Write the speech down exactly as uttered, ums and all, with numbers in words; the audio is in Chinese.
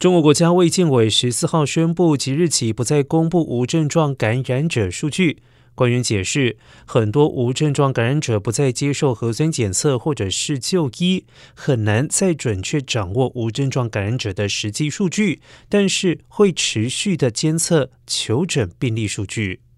中国国家卫健委十四号宣布，即日起不再公布无症状感染者数据。官员解释，很多无症状感染者不再接受核酸检测或者是就医，很难再准确掌握无症状感染者的实际数据，但是会持续的监测求诊病例数据。